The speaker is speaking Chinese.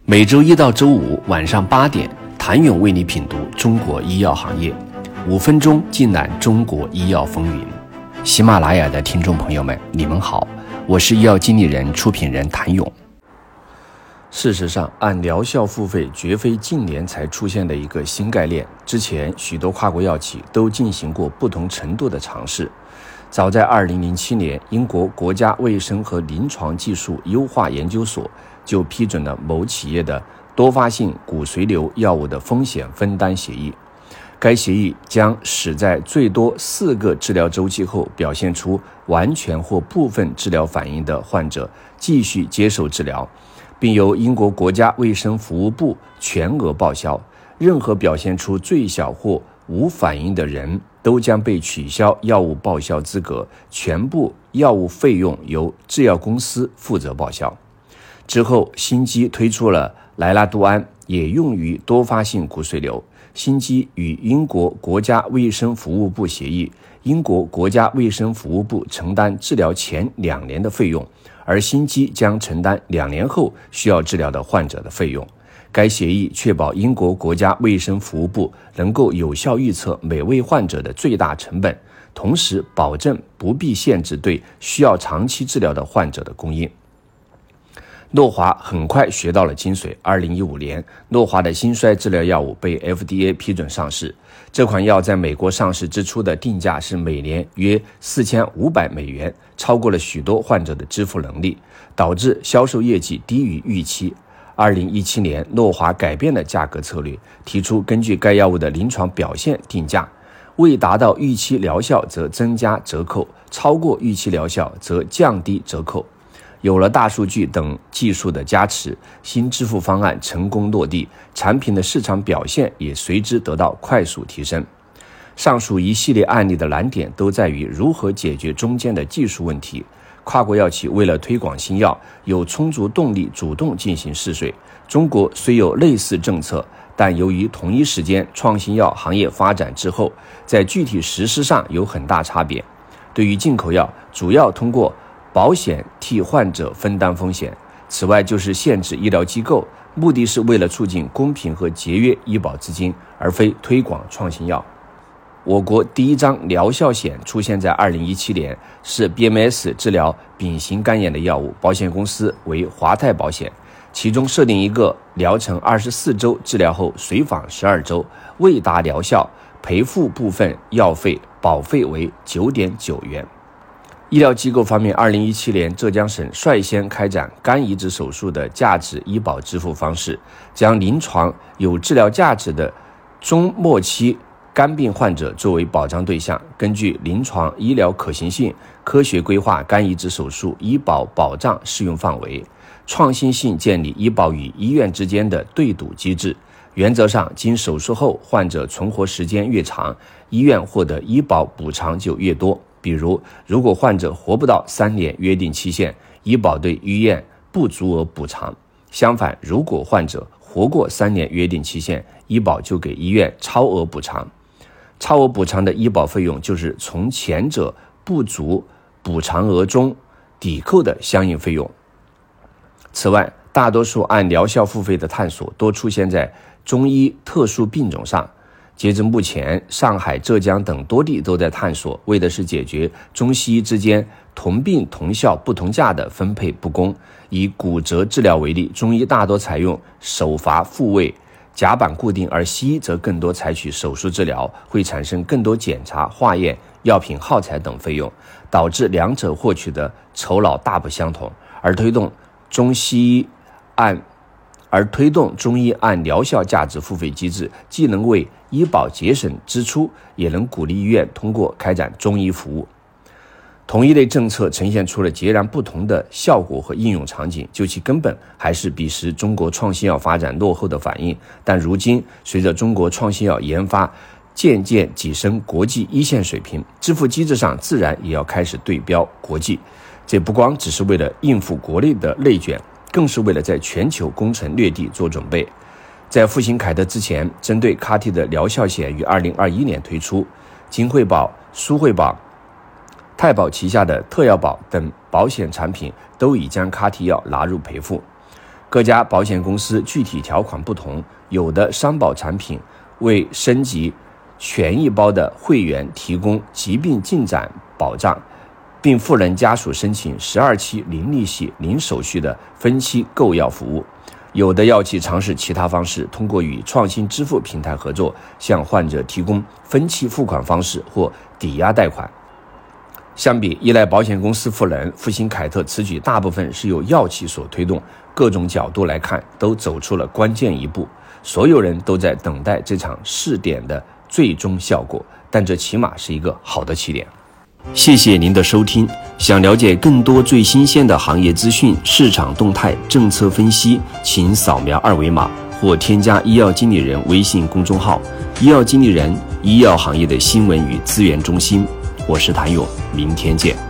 每周一到周五晚上8点，谭勇为你品读中国医药行业，5分钟尽览中国医药风云。喜马拉雅的听众朋友们，你们好，我是医药经理人、出品人谭勇。事实上，按疗效付费绝非近年才出现的一个新概念，之前许多跨国药企都进行过不同程度的尝试。早在2007年，英国国家卫生和临床技术优化研究所就批准了某企业的多发性骨髓瘤药物的风险分担协议。该协议将使在最多4个治疗周期后表现出完全或部分治疗反应的患者继续接受治疗，并由英国国家卫生服务部全额报销。任何表现出最小或无反应的人都将被取消药物报销资格，全部药物费用由制药公司负责报销。之后，新基推出了莱拉度安，也用于多发性骨髓瘤。新基与英国国家卫生服务部协议，英国国家卫生服务部承担治疗前2年的费用，而新基将承担2年后需要治疗的患者的费用。该协议确保英国国家卫生服务部能够有效预测每位患者的最大成本，同时保证不必限制对需要长期治疗的患者的供应。诺华很快学到了精髓。2015年，诺华的心衰治疗药物被 FDA 批准上市。这款药在美国上市之初的定价是每年约4500美元，超过了许多患者的支付能力，导致销售业绩低于预期。2017年，诺华改变了价格策略，提出根据该药物的临床表现定价，未达到预期疗效则增加折扣，超过预期疗效则降低折扣。有了大数据等技术的加持，新支付方案成功落地，产品的市场表现也随之得到快速提升。上述一系列案例的难点都在于如何解决中间的技术问题。跨国药企为了推广新药，有充足动力主动进行试水。中国虽有类似政策，但由于同一时间创新药行业发展之后，在具体实施上有很大差别。对于进口药，主要通过保险替患者分担风险，此外就是限制医疗机构，目的是为了促进公平和节约医保资金，而非推广创新药。我国第一张疗效险出现在2017年，是 BMS 治疗丙型肝炎的药物，保险公司为华泰保险，其中设定一个疗程24周，治疗后随访12周，未达疗效赔付部分药费，保费为 9.9 元。医疗机构方面，2017年浙江省率先开展肝移植手术的价值医保支付方式，将临床有治疗价值的中末期肝病患者作为保障对象，根据临床医疗可行性，科学规划肝移植手术医保保障适用范围，创新性建立医保与医院之间的对赌机制。原则上，经手术后患者存活时间越长，医院获得医保补偿就越多。比如，如果患者活不到3年约定期限，医保对医院不足额补偿；相反，如果患者活过3年约定期限，医保就给医院超额补偿。超额补偿的医保费用就是从前者不足补偿额中抵扣的相应费用。此外，大多数按疗效付费的探索多出现在中医特殊病种上。截至目前，上海、浙江等多地都在探索，为的是解决中西医之间同病同效不同价的分配不公。以骨折治疗为例，中医大多采用手伐复位、夹板固定，而西医则更多采取手术治疗，会产生更多检查、化验、药品耗材等费用，导致两者获取的酬劳大不相同。而推动中医按疗效价值付费机制，既能为医保节省支出，也能鼓励医院通过开展中医服务。同一类政策呈现出了截然不同的效果和应用场景，就其根本还是彼时中国创新药发展落后的反应。但如今，随着中国创新药研发渐渐跻身国际一线水平，支付机制上自然也要开始对标国际。这不光只是为了应付国内的内卷，更是为了在全球攻城略地做准备。在复星凯特之前，针对 CAR-T 的疗效险于2021年推出，金惠保、舒惠保、太保旗下的特药保等保险产品都已将 CAR-T 药纳入赔付。 各家保险公司具体条款不同，有的商保产品为升级权益包的会员提供疾病进展保障，并赴人家属申请12期零利息、零手续的分期购药服务。有的药企尝试其他方式，通过与创新支付平台合作，向患者提供分期付款方式或抵押贷款。相比依赖保险公司赋能，复星凯特此举大部分是由药企所推动，各种角度来看都走出了关键一步。所有人都在等待这场试点的最终效果，但这起码是一个好的起点。谢谢您的收听。想了解更多最新鲜的行业资讯、市场动态、政策分析，请扫描二维码或添加医药经理人微信公众号“医药经理人”，医药行业的新闻与资源中心。我是谭勇，明天见。